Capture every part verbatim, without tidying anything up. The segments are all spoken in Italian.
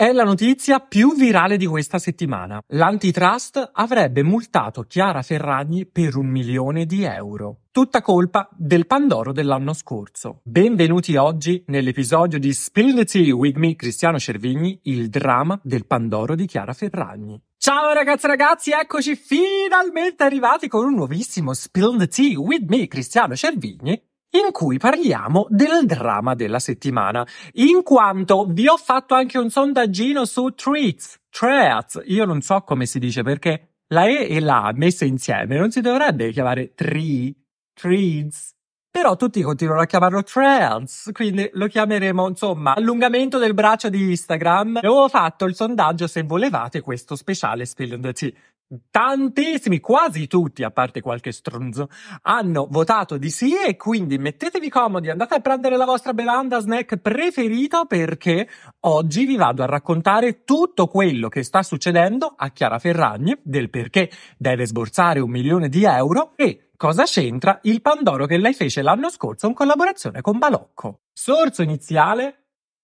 È la notizia più virale di questa settimana. L'antitrust avrebbe multato Chiara Ferragni per un milione di euro. Tutta colpa del Pandoro dell'anno scorso. Benvenuti oggi nell'episodio di Spill the Tea with me, Cristiano Cervigni, il dramma del Pandoro di Chiara Ferragni. Ciao ragazzi e ragazzi, eccoci finalmente arrivati con un nuovissimo Spill the Tea with me, Cristiano Cervigni, in cui parliamo del dramma della settimana, in quanto vi ho fatto anche un sondaggino su Threads, Threads, io non so come si dice perché la E e la A messe insieme non si dovrebbe chiamare Tree, Threads, però tutti continuano a chiamarlo Threads, quindi lo chiameremo, insomma, allungamento del braccio di Instagram. E avevo fatto il sondaggio se volevate questo speciale Spill the Tea. Tantissimi, quasi tutti, a parte qualche stronzo, hanno votato di sì e quindi mettetevi comodi, andate a prendere la vostra bevanda snack preferito perché oggi vi vado a raccontare tutto quello che sta succedendo a Chiara Ferragni, del perché deve sborsare un milione di euro e cosa c'entra il Pandoro che lei fece l'anno scorso in collaborazione con Balocco. Sorso iniziale.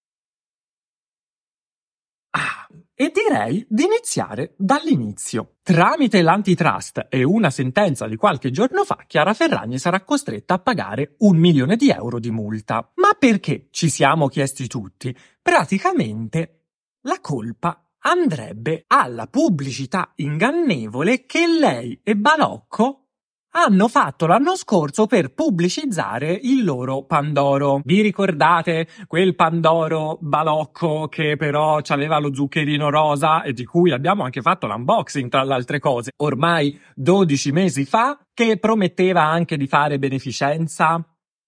Ah, e direi di iniziare dall'inizio. Tramite l'antitrust e una sentenza di qualche giorno fa, Chiara Ferragni sarà costretta a pagare un milione di euro di multa. Ma perché? Ci siamo chiesti tutti. Praticamente la colpa andrebbe alla pubblicità ingannevole che lei e Balocco hanno fatto l'anno scorso per pubblicizzare il loro Pandoro. Vi ricordate quel Pandoro Balocco che però aveva lo zuccherino rosa e di cui abbiamo anche fatto l'unboxing tra le altre cose ormai dodici mesi fa, che prometteva anche di fare beneficenza?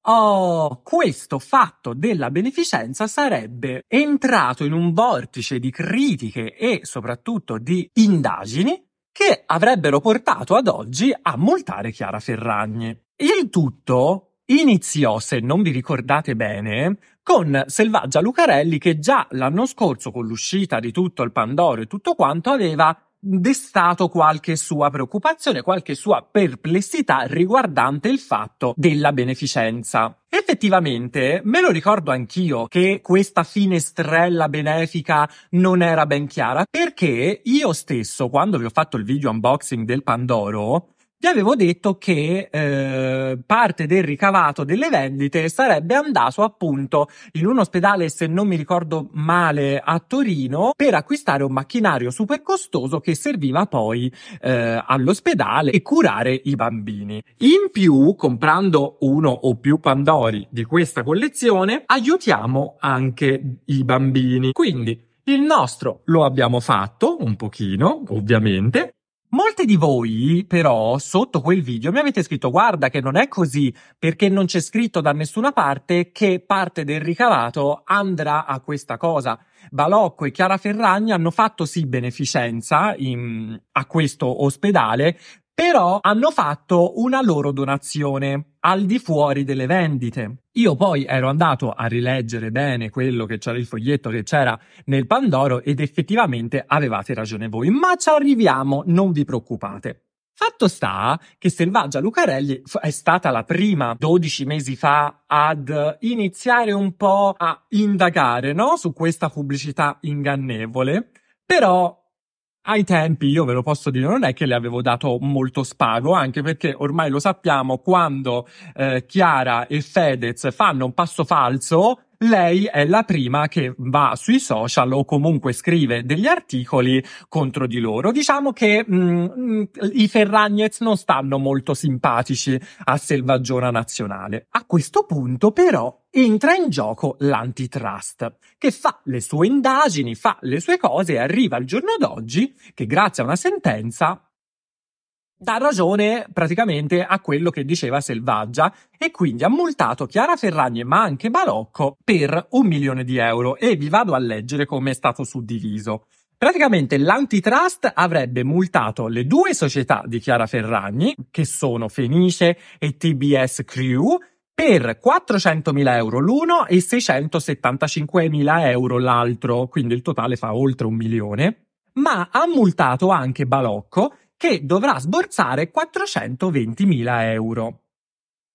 Oh, questo fatto della beneficenza sarebbe entrato in un vortice di critiche e soprattutto di indagini che avrebbero portato ad oggi a multare Chiara Ferragni. Il tutto iniziò, se non vi ricordate bene, con Selvaggia Lucarelli che già l'anno scorso con l'uscita di tutto il Pandoro e tutto quanto aveva destato qualche sua preoccupazione, qualche sua perplessità riguardante il fatto della beneficenza. Effettivamente, me lo ricordo anch'io che questa finestrella benefica non era ben chiara, perché io stesso, quando vi ho fatto il video unboxing del Pandoro, vi avevo detto che eh, parte del ricavato delle vendite sarebbe andato appunto in un ospedale, se non mi ricordo male, a Torino, per acquistare un macchinario super costoso che serviva poi eh, all'ospedale e curare i bambini. In più, comprando uno o più Pandori di questa collezione, aiutiamo anche i bambini. Quindi il nostro lo abbiamo fatto, un pochino, ovviamente. Molti di voi, però, sotto quel video mi avete scritto guarda che non è così, perché non c'è scritto da nessuna parte che parte del ricavato andrà a questa cosa. Balocco e Chiara Ferragni hanno fatto sì beneficenza in, a questo ospedale, però hanno fatto una loro donazione al di fuori delle vendite. Io poi ero andato a rileggere bene quello che c'era, il foglietto che c'era nel Pandoro ed effettivamente avevate ragione voi, ma ci arriviamo, non vi preoccupate. Fatto sta che Selvaggia Lucarelli è stata la prima dodici mesi fa ad iniziare un po' a indagare, no? Su questa pubblicità ingannevole, però ai tempi, io ve lo posso dire, non è che le avevo dato molto spago, anche perché ormai lo sappiamo, quando eh, Chiara e Fedez fanno un passo falso, lei è la prima che va sui social o comunque scrive degli articoli contro di loro. Diciamo che mh, i Ferragnez non stanno molto simpatici a Selvaggiona Nazionale. A questo punto però entra in gioco l'antitrust, che fa le sue indagini, fa le sue cose e arriva al giorno d'oggi che grazie a una sentenza dà ragione praticamente a quello che diceva Selvaggia e quindi ha multato Chiara Ferragni ma anche Balocco per un milione di euro e vi vado a leggere come è stato suddiviso. Praticamente l'antitrust avrebbe multato le due società di Chiara Ferragni, che sono Fenice e T B S Crew, per quattrocentomila euro l'uno e seicentosettantacinquemila euro l'altro, quindi il totale fa oltre un milione, ma ha multato anche Balocco, che dovrà sborsare quattrocentoventimila euro.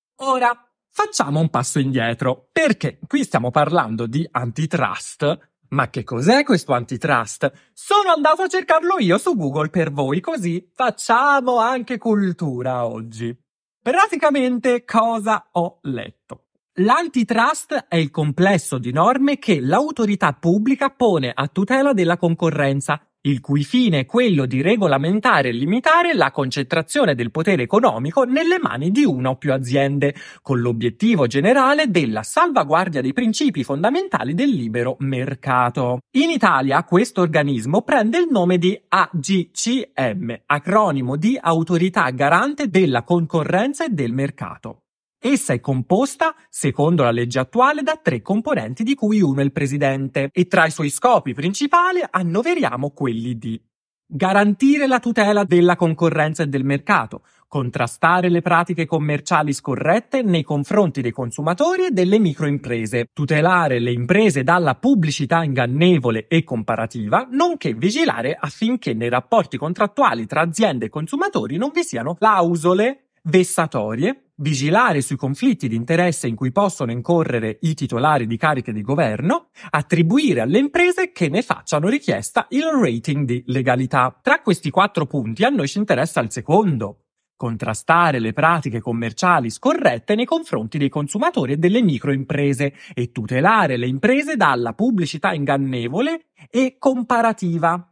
Ora, facciamo un passo indietro, perché qui stiamo parlando di antitrust, Ma che cos'è questo antitrust? Sono andato a cercarlo io su Google per voi, così facciamo anche cultura oggi. Praticamente cosa ho letto? L'antitrust è il complesso di norme che l'autorità pubblica pone a tutela della concorrenza, il cui fine è quello di regolamentare e limitare la concentrazione del potere economico nelle mani di una o più aziende, con l'obiettivo generale della salvaguardia dei principi fondamentali del libero mercato. In Italia questo organismo prende il nome di A G C M, acronimo di Autorità Garante della Concorrenza e del Mercato. Essa è composta, secondo la legge attuale, da tre componenti di cui uno è il presidente, e tra i suoi scopi principali annoveriamo quelli di garantire la tutela della concorrenza e del mercato, contrastare le pratiche commerciali scorrette nei confronti dei consumatori e delle microimprese, tutelare le imprese dalla pubblicità ingannevole e comparativa, nonché vigilare affinché nei rapporti contrattuali tra aziende e consumatori non vi siano clausole vessatorie, vigilare sui conflitti di interesse in cui possono incorrere i titolari di cariche di governo, attribuire alle imprese che ne facciano richiesta il rating di legalità. Tra questi quattro punti a noi ci interessa il secondo: contrastare le pratiche commerciali scorrette nei confronti dei consumatori e delle microimprese e tutelare le imprese dalla pubblicità ingannevole e comparativa.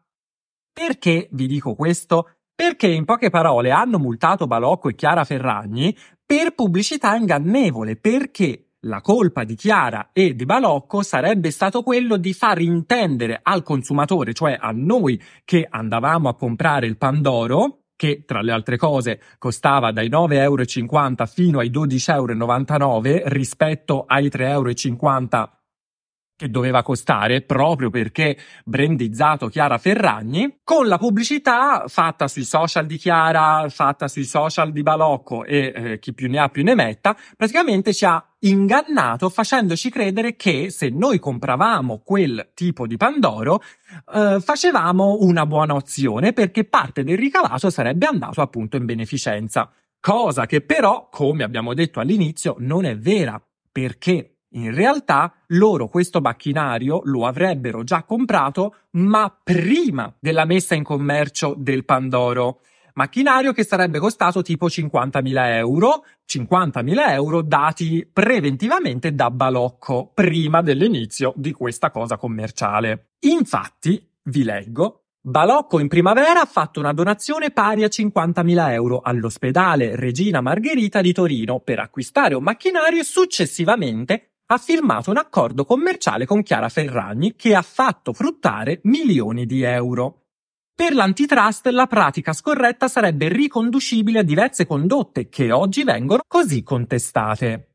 Perché vi dico questo? Perché in poche parole hanno multato Balocco e Chiara Ferragni per pubblicità ingannevole, perché la colpa di Chiara e di Balocco sarebbe stato quello di far intendere al consumatore, cioè a noi che andavamo a comprare il Pandoro, che tra le altre cose costava dai nove euro e cinquanta fino ai dodici euro e novantanove rispetto ai tre euro e cinquanta che doveva costare, proprio perché brandizzato Chiara Ferragni, con la pubblicità fatta sui social di Chiara, fatta sui social di Balocco e eh, chi più ne ha più ne metta, praticamente ci ha ingannato facendoci credere che se noi compravamo quel tipo di Pandoro eh, facevamo una buona azione, perché parte del ricavato sarebbe andato appunto in beneficenza. Cosa che però, come abbiamo detto all'inizio, non è vera, perché in realtà loro questo macchinario lo avrebbero già comprato, ma prima della messa in commercio del Pandoro. Macchinario che sarebbe costato tipo cinquantamila euro, cinquantamila euro dati preventivamente da Balocco prima dell'inizio di questa cosa commerciale. Infatti, vi leggo, Balocco in primavera ha fatto una donazione pari a cinquantamila euro all'ospedale Regina Margherita di Torino per acquistare un macchinario e successivamente ha firmato un accordo commerciale con Chiara Ferragni che ha fatto fruttare milioni di euro. Per l'antitrust la pratica scorretta sarebbe riconducibile a diverse condotte che oggi vengono così contestate.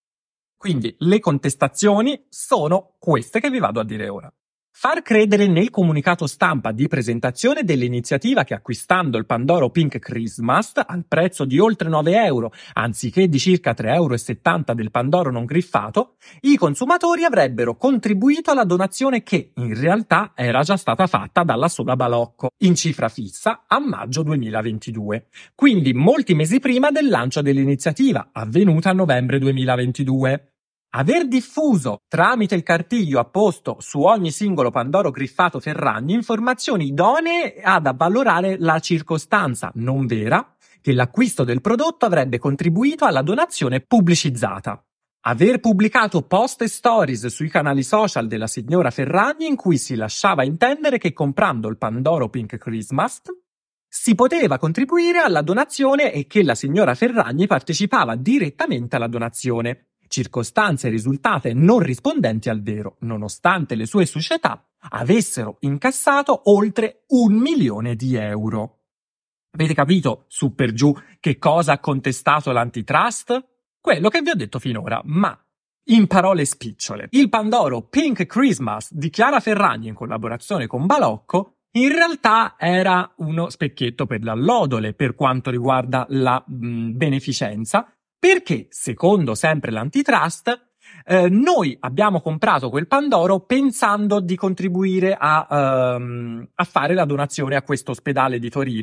Quindi le contestazioni sono queste che vi vado a dire ora. Far credere nel comunicato stampa di presentazione dell'iniziativa che acquistando il Pandoro Pink Christmas al prezzo di oltre nove euro anziché di circa tre euro e settanta del Pandoro non griffato, i consumatori avrebbero contribuito alla donazione che in realtà era già stata fatta dalla sola Balocco in cifra fissa a maggio duemilaventidue, quindi molti mesi prima del lancio dell'iniziativa avvenuta a novembre duemilaventidue. Aver diffuso, tramite il cartiglio apposto su ogni singolo Pandoro griffato Ferragni, informazioni idonee ad avvalorare la circostanza non vera che l'acquisto del prodotto avrebbe contribuito alla donazione pubblicizzata. Aver pubblicato post e stories sui canali social della signora Ferragni in cui si lasciava intendere che comprando il Pandoro Pink Christmas si poteva contribuire alla donazione e che la signora Ferragni partecipava direttamente alla donazione. Circostanze risultate non rispondenti al vero, nonostante le sue società avessero incassato oltre un milione di euro. Avete capito, su per giù, che cosa ha contestato l'antitrust? Quello che vi ho detto finora, ma in parole spicciole. Il Pandoro Pink Christmas di Chiara Ferragni in collaborazione con Balocco in realtà era uno specchietto per l'allodole per quanto riguarda la mh, beneficenza, perché, secondo sempre l'antitrust, eh, noi abbiamo comprato quel Pandoro pensando di contribuire a, um, a fare la donazione a questo ospedale di Torino,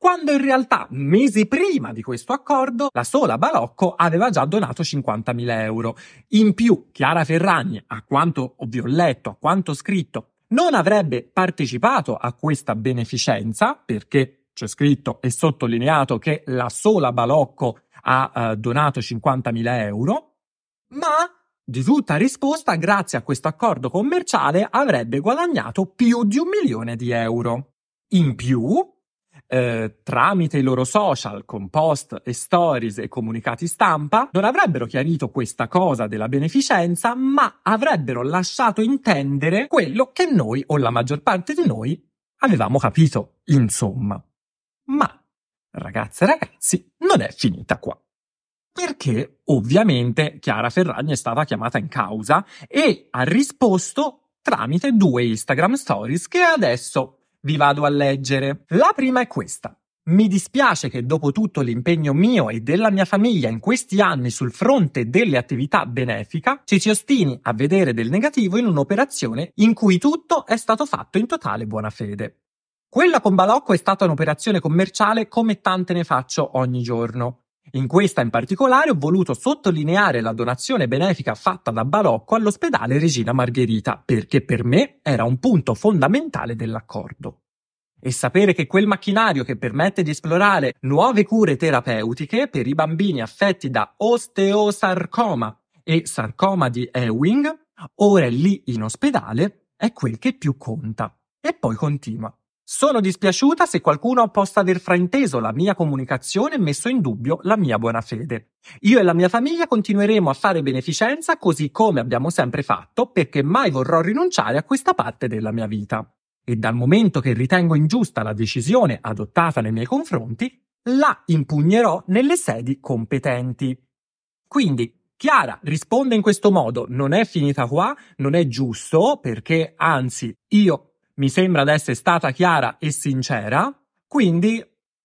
quando in realtà mesi prima di questo accordo la sola Balocco aveva già donato cinquantamila euro. In più Chiara Ferragni, a quanto vi ho letto, a quanto scritto, non avrebbe partecipato a questa beneficenza perché c'è scritto e sottolineato che la sola Balocco ha uh, donato cinquantamila euro, ma di tutta risposta, grazie a questo accordo commerciale, avrebbe guadagnato più di un milione di euro. In più, eh, tramite i loro social, con post e stories e comunicati stampa, non avrebbero chiarito questa cosa della beneficenza, ma avrebbero lasciato intendere quello che noi, o la maggior parte di noi, avevamo capito, insomma. Ma, ragazze e ragazzi, non è finita qua. Perché, ovviamente, Chiara Ferragni è stata chiamata in causa e ha risposto tramite due Instagram Stories che adesso vi vado a leggere. La prima è questa. Mi dispiace che dopo tutto l'impegno mio e della mia famiglia in questi anni sul fronte delle attività benefica, ci si ostini a vedere del negativo in un'operazione in cui tutto è stato fatto in totale buona fede. Quella con Balocco è stata un'operazione commerciale come tante ne faccio ogni giorno. In questa in particolare ho voluto sottolineare la donazione benefica fatta da Balocco all'ospedale Regina Margherita, perché per me era un punto fondamentale dell'accordo. E sapere che quel macchinario che permette di esplorare nuove cure terapeutiche per i bambini affetti da osteosarcoma e sarcoma di Ewing ora è lì in ospedale è quel che più conta. E poi continua. Sono dispiaciuta se qualcuno possa aver frainteso la mia comunicazione e messo in dubbio la mia buona fede. Io e la mia famiglia continueremo a fare beneficenza così come abbiamo sempre fatto perché mai vorrò rinunciare a questa parte della mia vita. E dal momento che ritengo ingiusta la decisione adottata nei miei confronti, la impugnerò nelle sedi competenti. Quindi Chiara risponde in questo modo, non è finita qua, non è giusto perché anzi io mi sembra di essere stata chiara e sincera, quindi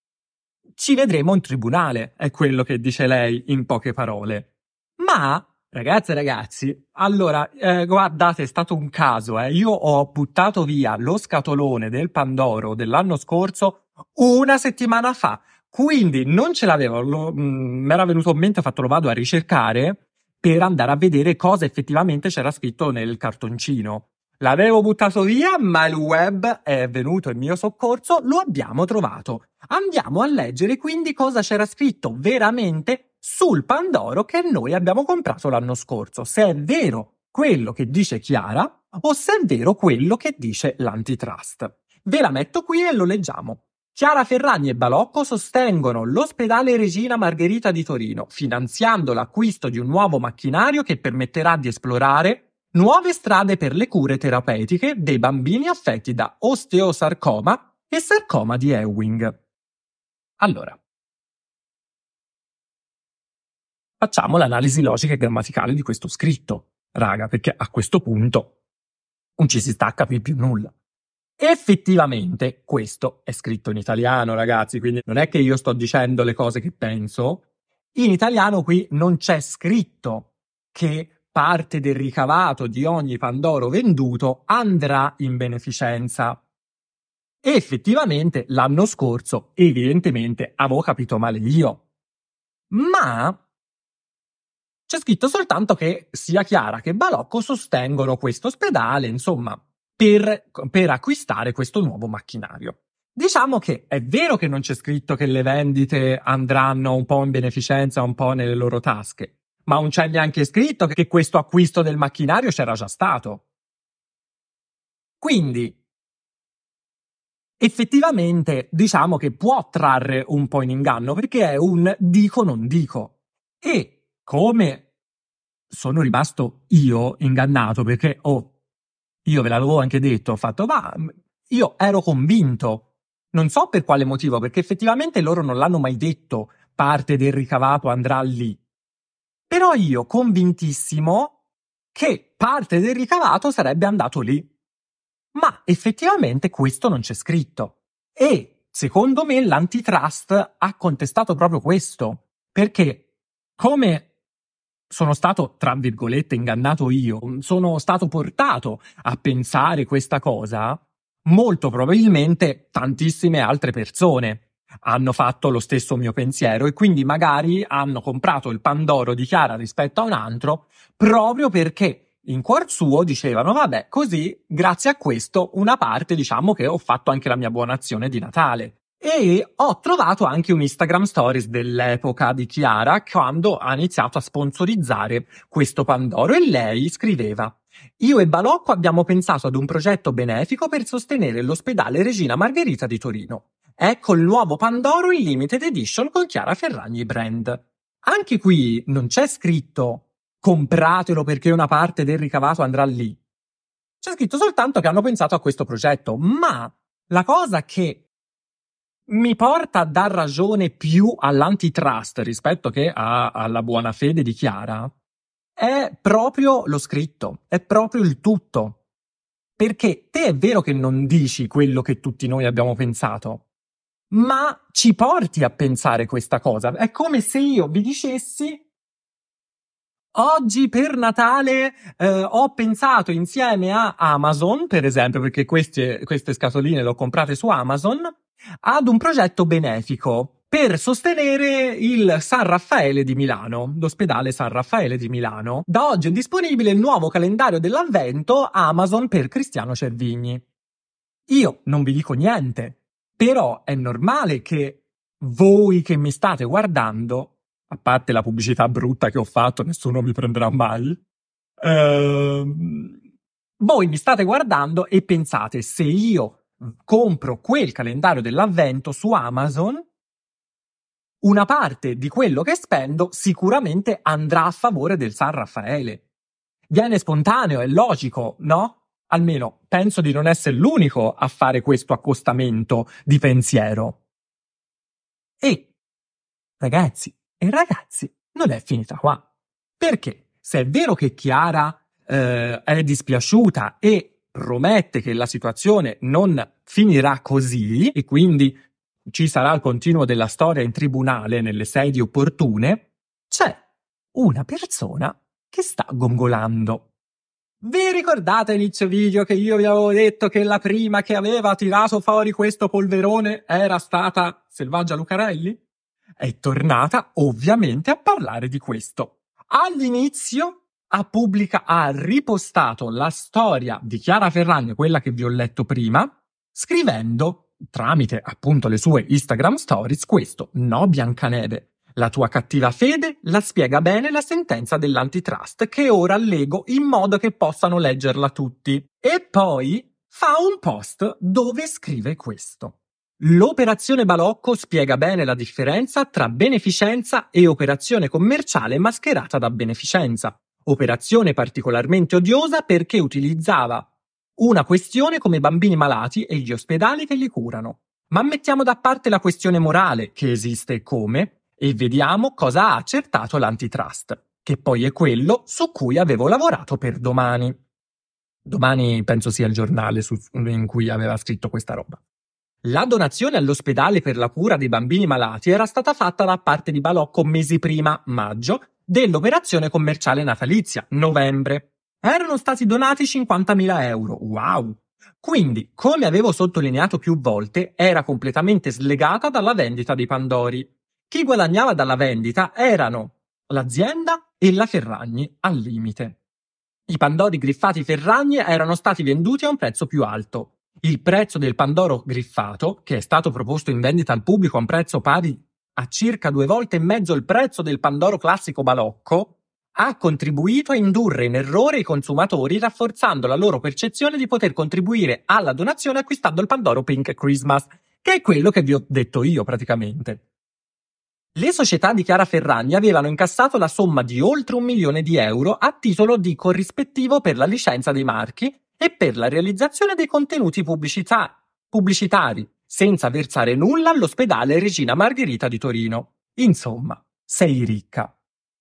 ci vedremo in tribunale, è quello che dice lei in poche parole. Ma, ragazze e ragazzi, allora, eh, guardate, è stato un caso, eh. Io ho buttato via lo scatolone del Pandoro dell'anno scorso una settimana fa, quindi non ce l'avevo, mi era venuto in mente, ho fatto lo vado a ricercare per andare a vedere cosa effettivamente c'era scritto nel cartoncino. L'avevo buttato via, ma il web è venuto in mio soccorso, lo abbiamo trovato. Andiamo a leggere quindi cosa c'era scritto veramente sul Pandoro che noi abbiamo comprato l'anno scorso. Se è vero quello che dice Chiara o se è vero quello che dice l'antitrust. Ve la metto qui e lo leggiamo. Chiara Ferragni e Balocco sostengono l'ospedale Regina Margherita di Torino, finanziando l'acquisto di un nuovo macchinario che permetterà di esplorare nuove strade per le cure terapeutiche dei bambini affetti da osteosarcoma e sarcoma di Ewing. Allora, facciamo l'analisi logica e grammaticale di questo scritto, raga, perché a questo punto non ci si sta a capire più nulla. Effettivamente questo è scritto in italiano, ragazzi, quindi non è che io sto dicendo le cose che penso. In italiano qui non c'è scritto che parte del ricavato di ogni Pandoro venduto andrà in beneficenza. E effettivamente l'anno scorso, evidentemente, avevo capito male io. Ma c'è scritto soltanto che sia Chiara che Balocco sostengono questo ospedale, insomma, per, per acquistare questo nuovo macchinario. Diciamo che è vero che non c'è scritto che le vendite andranno un po' in beneficenza, un po' nelle loro tasche. Ma non c'è neanche scritto che questo acquisto del macchinario c'era già stato. Quindi, effettivamente, diciamo che può trarre un po' in inganno, perché è un dico non dico. E come sono rimasto io ingannato, perché, oh, io ve l'avevo anche detto, ho fatto, ma io ero convinto, non so per quale motivo, perché effettivamente loro non l'hanno mai detto, parte del ricavato andrà lì. Però io convintissimo che parte del ricavato sarebbe andato lì. Ma effettivamente questo non c'è scritto. E secondo me l'antitrust ha contestato proprio questo. Perché come sono stato, tra virgolette, ingannato io, sono stato portato a pensare questa cosa, molto probabilmente tantissime altre persone. hanno fatto lo stesso mio pensiero e quindi magari hanno comprato il Pandoro di Chiara rispetto a un altro proprio perché in cuor suo dicevano vabbè, così grazie a questo una parte diciamo che ho fatto anche la mia buona azione di Natale. E ho trovato anche un Instagram Stories dell'epoca di Chiara quando ha iniziato a sponsorizzare questo Pandoro e lei scriveva: io e Balocco abbiamo pensato ad un progetto benefico per sostenere l'ospedale Regina Margherita di Torino. Ecco il nuovo Pandoro in limited edition con Chiara Ferragni brand. Anche qui non c'è scritto compratelo perché una parte del ricavato andrà lì. C'è scritto soltanto che hanno pensato a questo progetto, ma la cosa che mi porta a dar ragione più all'antitrust rispetto che a, alla buona fede di Chiara è proprio lo scritto, è proprio il tutto. Perché te è vero che non dici quello che tutti noi abbiamo pensato, ma ci porti a pensare questa cosa. È come se io vi dicessi oggi per Natale eh, ho pensato insieme a Amazon, per esempio, perché queste, queste scatoline le ho comprate su Amazon, ad un progetto benefico per sostenere il San Raffaele di Milano, l'ospedale San Raffaele di Milano. Da oggi è disponibile il nuovo calendario dell'avvento Amazon per Cristiano Cervigni. Io non vi dico niente, però è normale che voi che mi state guardando, a parte la pubblicità brutta che ho fatto, nessuno mi prenderà mai, ehm, voi mi state guardando e pensate, se io compro quel calendario dell'avvento su Amazon, una parte di quello che spendo sicuramente andrà a favore del San Raffaele. Viene spontaneo, è logico, no? Almeno penso di non essere l'unico a fare questo accostamento di pensiero. E, ragazzi e ragazzi, non è finita qua. Perché se è vero che Chiara eh, è dispiaciuta e promette che la situazione non finirà così e quindi ci sarà il continuo della storia in tribunale nelle sedi opportune, c'è una persona che sta gongolando. Vi ricordate inizio video che io vi avevo detto che la prima che aveva tirato fuori questo polverone era stata Selvaggia Lucarelli? È tornata ovviamente a parlare di questo. All'inizio ha pubblica, ha ripostato la storia di Chiara Ferragni, quella che vi ho letto prima, scrivendo, tramite appunto le sue Instagram Stories, questo: no Biancaneve, la tua cattiva fede la spiega bene la sentenza dell'antitrust che ora allego in modo che possano leggerla tutti. E poi fa un post dove scrive questo: l'operazione Balocco spiega bene la differenza tra beneficenza e operazione commerciale mascherata da beneficenza. Operazione particolarmente odiosa perché utilizzava una questione come bambini malati e gli ospedali che li curano. Ma mettiamo da parte la questione morale, che esiste e come, e vediamo cosa ha accertato l'antitrust, che poi è quello su cui avevo lavorato per Domani. Domani penso sia il giornale su, in cui aveva scritto questa roba. La donazione all'ospedale per la cura dei bambini malati era stata fatta da parte di Balocco mesi prima, maggio, dell'operazione commerciale natalizia, novembre. Erano stati donati cinquantamila euro. Wow! Quindi, come avevo sottolineato più volte, era completamente slegata dalla vendita dei Pandori. Chi guadagnava dalla vendita erano l'azienda e la Ferragni al limite. I Pandori griffati Ferragni erano stati venduti a un prezzo più alto. Il prezzo del Pandoro griffato, che è stato proposto in vendita al pubblico a un prezzo pari a circa due volte e mezzo il prezzo del Pandoro classico Balocco, ha contribuito a indurre in errore i consumatori rafforzando la loro percezione di poter contribuire alla donazione acquistando il Pandoro Pink Christmas, che è quello che vi ho detto io praticamente. Le società di Chiara Ferragni avevano incassato la somma di oltre un milione di euro a titolo di corrispettivo per la licenza dei marchi e per la realizzazione dei contenuti pubblicità, pubblicitari, senza versare nulla all'ospedale Regina Margherita di Torino. Insomma, sei ricca.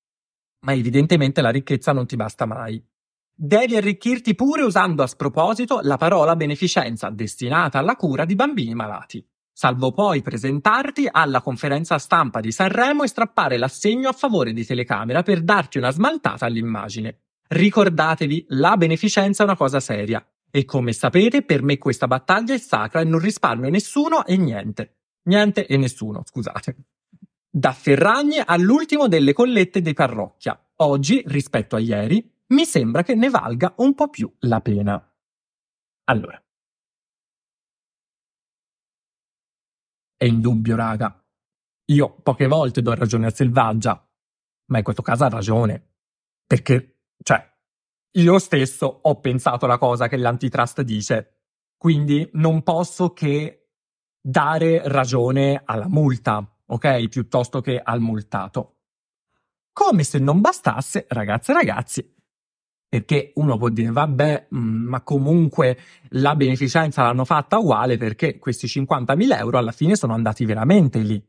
Ma evidentemente la ricchezza non ti basta mai. Devi arricchirti pure usando a sproposito la parola beneficenza destinata alla cura di bambini malati, salvo poi presentarti alla conferenza stampa di Sanremo e strappare l'assegno a favore di telecamera per darti una smaltata all'immagine. Ricordatevi, la beneficenza è una cosa seria. E come sapete, per me questa battaglia è sacra e non risparmio nessuno e niente. Niente e nessuno, scusate. Da Ferragni all'ultimo delle collette di parrocchia. Oggi, rispetto a ieri, mi sembra che ne valga un po' più la pena. Allora. È indubbio, raga. Io poche volte do ragione a Selvaggia, ma in questo caso ha ragione. Perché, cioè, io stesso ho pensato la cosa che l'antitrust dice, quindi non posso che dare ragione alla multa, ok? Piuttosto che al multato. Come se non bastasse, ragazze e ragazzi, perché uno può dire, vabbè, ma comunque la beneficenza l'hanno fatta uguale perché questi cinquantamila euro alla fine sono andati veramente lì.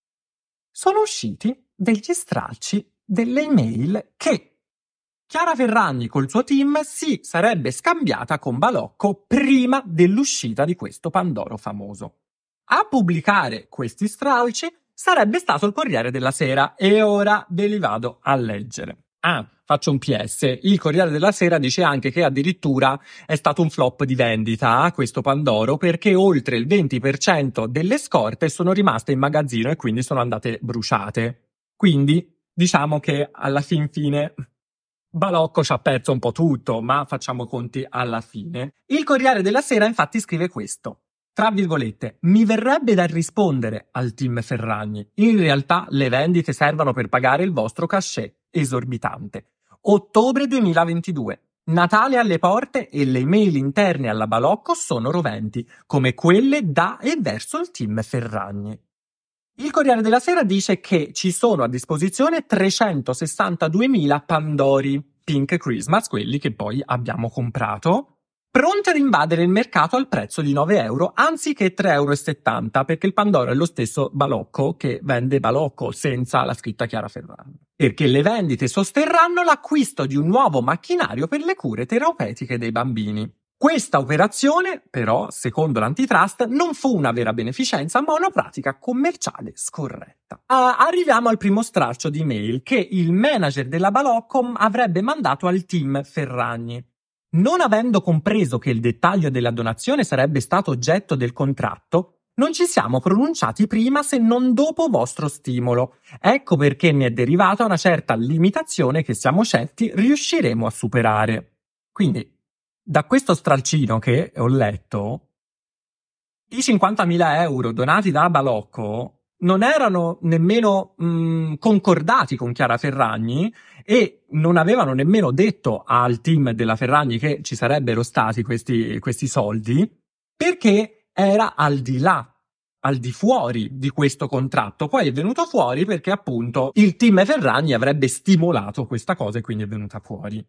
Sono usciti degli stralci delle email che Chiara Ferragni col suo team si sarebbe scambiata con Balocco prima dell'uscita di questo Pandoro famoso. A pubblicare questi stralci sarebbe stato il Corriere della Sera e ora ve li vado a leggere. Ah, faccio un P S. Il Corriere della Sera dice anche che addirittura è stato un flop di vendita questo Pandoro perché oltre il venti per cento delle scorte sono rimaste in magazzino e quindi sono andate bruciate. Quindi diciamo che alla fin fine Balocco ci ha perso un po' tutto, ma facciamo conti alla fine. Il Corriere della Sera infatti scrive questo. Tra virgolette, mi verrebbe da rispondere al team Ferragni. In realtà le vendite servono per pagare il vostro cachet esorbitante. Ottobre duemilaventidue. Natale alle porte e le email interne alla Balocco sono roventi, come quelle da e verso il team Ferragni. Il Corriere della Sera dice che ci sono a disposizione trecentosessantaduemila Pandori Pink Christmas, quelli che poi abbiamo comprato, pronti ad invadere il mercato al prezzo di nove euro anziché tre e settanta euro, perché il Pandoro è lo stesso Balocco che vende Balocco senza la scritta Chiara Ferragni. Perché le vendite sosterranno l'acquisto di un nuovo macchinario per le cure terapeutiche dei bambini. Questa operazione, però, secondo l'antitrust, non fu una vera beneficenza, ma una pratica commerciale scorretta. Ah, arriviamo al primo stralcio di mail che il manager della Balocco avrebbe mandato al team Ferragni. Non avendo compreso che il dettaglio della donazione sarebbe stato oggetto del contratto, non ci siamo pronunciati prima se non dopo vostro stimolo. Ecco perché ne è derivata una certa limitazione che siamo certi riusciremo a superare. Quindi, da questo stralcino che ho letto, i cinquantamila euro donati da Balocco non erano nemmeno mh, concordati con Chiara Ferragni e non avevano nemmeno detto al team della Ferragni che ci sarebbero stati questi, questi soldi, perché era al di là, al di fuori di questo contratto. Poi è venuto fuori perché appunto il team Ferragni avrebbe stimolato questa cosa e quindi è venuta fuori.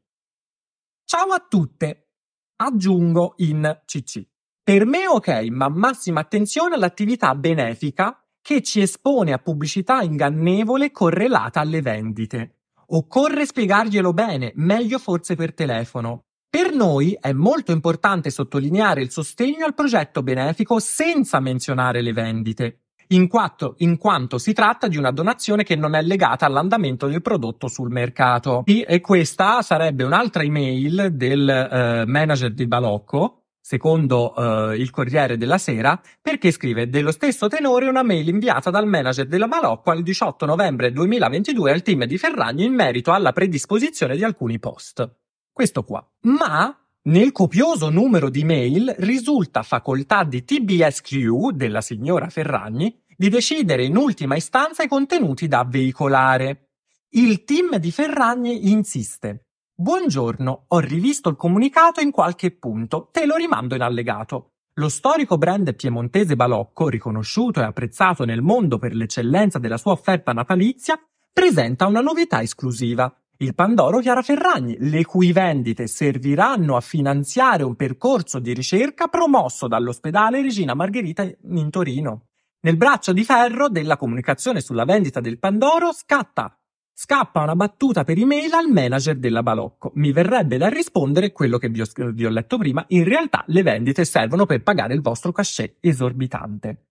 Ciao a tutte! Aggiungo in C C. Per me ok, ma massima attenzione all'attività benefica che ci espone a pubblicità ingannevole correlata alle vendite. Occorre spiegarglielo bene, meglio forse per telefono. Per noi è molto importante sottolineare il sostegno al progetto benefico senza menzionare le vendite, in quanto, in quanto si tratta di una donazione che non è legata all'andamento del prodotto sul mercato. E questa sarebbe un'altra email del eh, manager di Balocco, secondo eh, il Corriere della Sera, perché scrive dello stesso tenore una mail inviata dal manager della Balocco il diciotto novembre duemilaventidue al team di Ferragni in merito alla predisposizione di alcuni post. Questo qua. Ma nel copioso numero di mail risulta facoltà di T B S Q della signora Ferragni di decidere in ultima istanza i contenuti da veicolare. Il team di Ferragni insiste. Buongiorno, ho rivisto il comunicato in qualche punto, te lo rimando in allegato. Lo storico brand piemontese Balocco, riconosciuto e apprezzato nel mondo per l'eccellenza della sua offerta natalizia, presenta una novità esclusiva. Il Pandoro Chiara Ferragni, le cui vendite serviranno a finanziare un percorso di ricerca promosso dall'ospedale Regina Margherita in Torino. Nel braccio di ferro della comunicazione sulla vendita del Pandoro scatta, scappa una battuta per email al manager della Balocco. Mi verrebbe da rispondere quello che vi ho, vi ho letto prima, in realtà le vendite servono per pagare il vostro cachet esorbitante.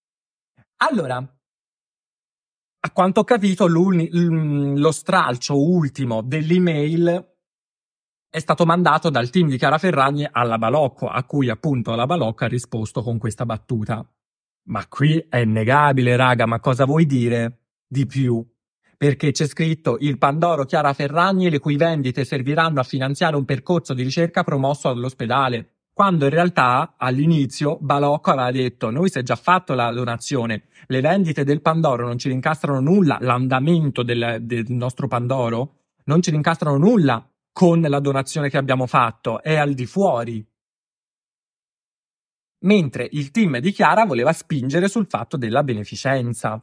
Allora, a quanto ho capito, lo stralcio ultimo dell'email è stato mandato dal team di Chiara Ferragni alla Balocco, a cui appunto la Balocco ha risposto con questa battuta. Ma qui è innegabile, raga, ma cosa vuoi dire di più? Perché c'è scritto il Pandoro Chiara Ferragni, le cui vendite serviranno a finanziare un percorso di ricerca promosso all'ospedale. Quando in realtà all'inizio Balocco aveva detto: noi si è già fatto la donazione, le vendite del Pandoro non ci rincastrano nulla, l'andamento del, del nostro Pandoro non ci rincastrano nulla con la donazione che abbiamo fatto, è al di fuori. Mentre il team di Chiara voleva spingere sul fatto della beneficenza.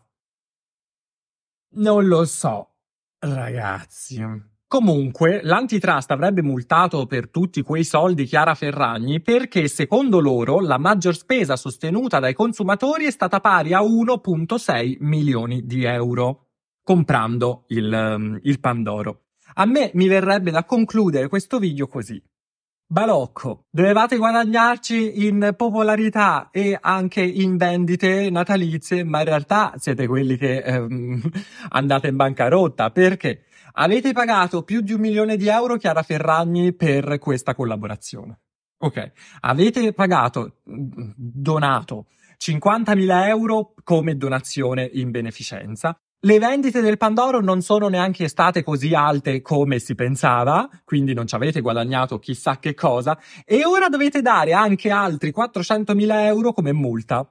Non lo so, ragazzi. Comunque, l'antitrust avrebbe multato per tutti quei soldi Chiara Ferragni perché, secondo loro, la maggior spesa sostenuta dai consumatori è stata pari a uno virgola sei milioni di euro, comprando il, um, il Pandoro. A me mi verrebbe da concludere questo video così. Balocco, dovevate guadagnarci in popolarità e anche in vendite natalizie, ma in realtà siete quelli che ehm, andate in bancarotta, perché avete pagato più di un milione di euro Chiara Ferragni per questa collaborazione. Ok, avete pagato, donato cinquantamila euro come donazione in beneficenza. Le vendite del Pandoro non sono neanche state così alte come si pensava, quindi non ci avete guadagnato chissà che cosa, e ora dovete dare anche altri quattrocentomila euro come multa.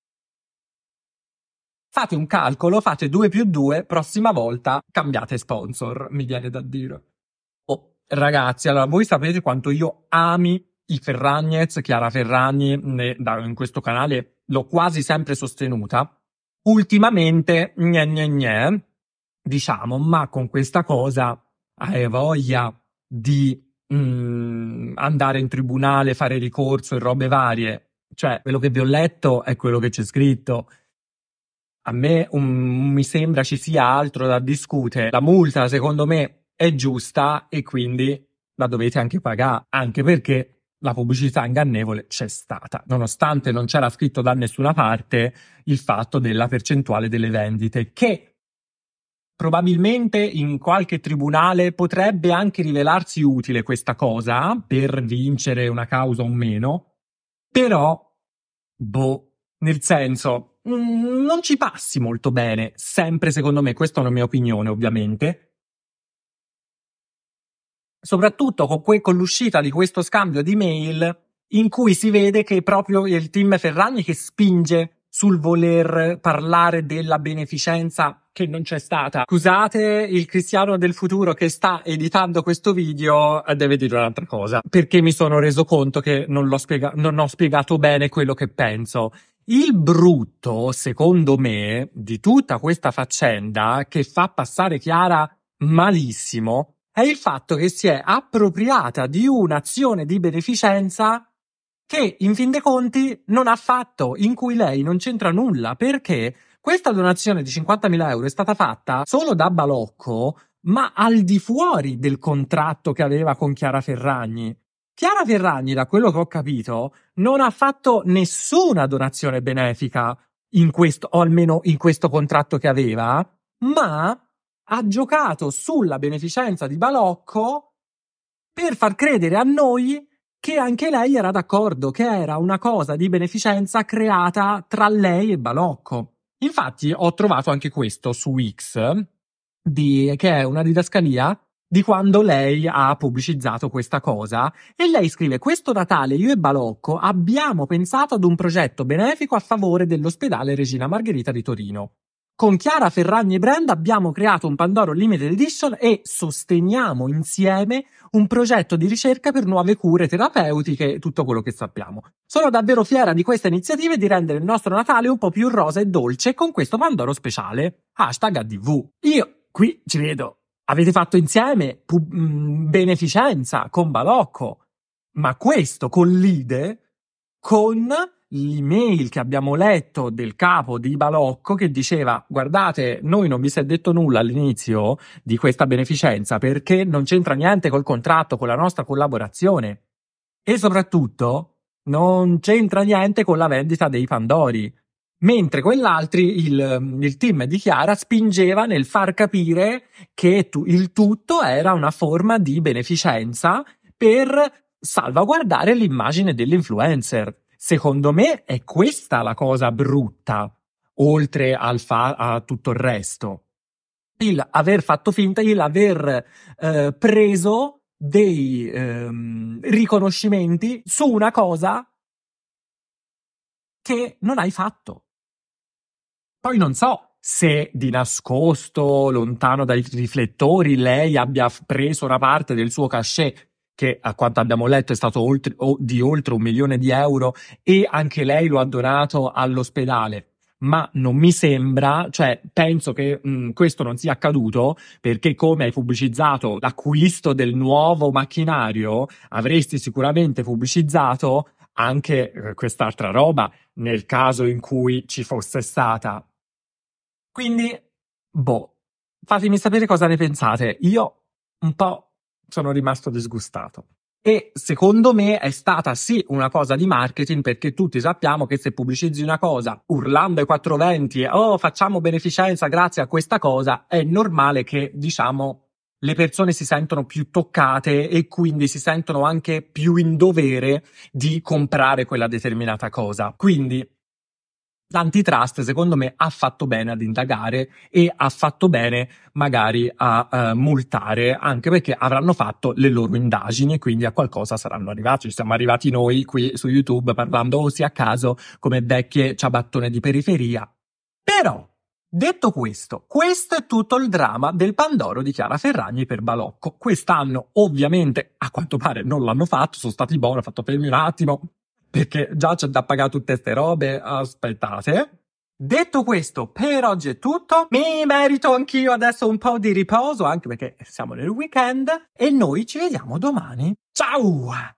Fate un calcolo, fate due più due, prossima volta cambiate sponsor, mi viene da dire. Oh, ragazzi, allora voi sapete quanto io ami i Ferragnez, Chiara Ferragni, ne, da, in questo canale l'ho quasi sempre sostenuta. Ultimamente, gne gne gne, diciamo, ma con questa cosa hai voglia di mm, andare in tribunale, fare ricorso e robe varie. Cioè, quello che vi ho letto è quello che c'è scritto. A me um, mi sembra ci sia altro da discutere. La multa, secondo me, è giusta e quindi la dovete anche pagare, anche perché la pubblicità ingannevole c'è stata, nonostante non c'era scritto da nessuna parte il fatto della percentuale delle vendite, che probabilmente in qualche tribunale potrebbe anche rivelarsi utile questa cosa per vincere una causa o meno, però, boh, nel senso, mh, non ci passi molto bene, sempre secondo me, questa è una mia opinione ovviamente, soprattutto con, que- con l'uscita di questo scambio di mail in cui si vede che è proprio il team Ferragni che spinge sul voler parlare della beneficenza che non c'è stata. Scusate, il Cristiano del futuro che sta editando questo video deve dire un'altra cosa, perché mi sono reso conto che non l'ho spiega- non ho spiegato bene quello che penso. Il brutto, secondo me, di tutta questa faccenda che fa passare Chiara malissimo è il fatto che si è appropriata di un'azione di beneficenza che, in fin dei conti, non ha fatto, in cui lei non c'entra nulla, perché questa donazione di cinquantamila euro è stata fatta solo da Balocco, ma al di fuori del contratto che aveva con Chiara Ferragni. Chiara Ferragni, da quello che ho capito, non ha fatto nessuna donazione benefica in questo, o almeno in questo contratto che aveva, ma ha giocato sulla beneficenza di Balocco per far credere a noi che anche lei era d'accordo, che era una cosa di beneficenza creata tra lei e Balocco. Infatti ho trovato anche questo su X, di, che è una didascalia di quando lei ha pubblicizzato questa cosa, e lei scrive: questo Natale io e Balocco abbiamo pensato ad un progetto benefico a favore dell'ospedale Regina Margherita di Torino. Con Chiara Ferragni e Brand abbiamo creato un Pandoro Limited Edition e sosteniamo insieme un progetto di ricerca per nuove cure terapeutiche e tutto quello che sappiamo. Sono davvero fiera di questa iniziativa e di rendere il nostro Natale un po' più rosa e dolce con questo Pandoro speciale. Hashtag A D V. Io qui ci vedo. Avete fatto insieme pub- mh, beneficenza con Balocco, ma questo collide con l'email che abbiamo letto del capo di Balocco che diceva: guardate, noi non vi si è detto nulla all'inizio di questa beneficenza perché non c'entra niente col contratto, con la nostra collaborazione, e soprattutto non c'entra niente con la vendita dei Pandori. Mentre quell'altri, il, il team di Chiara spingeva nel far capire che tu, il tutto era una forma di beneficenza per salvaguardare l'immagine dell'influencer. secondo me è questa la cosa brutta, oltre al fa- a tutto il resto. Il aver fatto finta, il aver eh, preso dei ehm, riconoscimenti su una cosa che non hai fatto. Poi non so se di nascosto, lontano dai riflettori, lei abbia f- preso una parte del suo cachet, che a quanto abbiamo letto è stato oltre, o, di oltre un milione di euro, e anche lei lo ha donato all'ospedale. Ma non mi sembra, cioè penso che mh, questo non sia accaduto perché, come hai pubblicizzato l'acquisto del nuovo macchinario, avresti sicuramente pubblicizzato anche eh, quest'altra roba nel caso in cui ci fosse stata. Quindi, boh, fatemi sapere cosa ne pensate. Io un po' sono rimasto disgustato. E secondo me è stata sì una cosa di marketing, perché tutti sappiamo che se pubblicizzi una cosa urlando ai quattro venti e oh, facciamo beneficenza grazie a questa cosa, è normale che, diciamo, le persone si sentono più toccate e quindi si sentono anche più in dovere di comprare quella determinata cosa. Quindi l'antitrust, secondo me, ha fatto bene ad indagare e ha fatto bene magari a uh, multare, anche perché avranno fatto le loro indagini e quindi a qualcosa saranno arrivati. Ci siamo arrivati noi qui su YouTube parlando così a caso come vecchie ciabattone di periferia. Però, detto questo, questo è tutto il dramma del Pandoro di Chiara Ferragni per Balocco. Quest'anno, ovviamente, a quanto pare non l'hanno fatto, sono stati buoni, ho fatto fermi un attimo, perché già c'è da pagare tutte ste robe, aspettate. Detto questo, per oggi è tutto. Mi merito anch'io adesso un po' di riposo, anche perché siamo nel weekend, e noi ci vediamo domani. Ciao!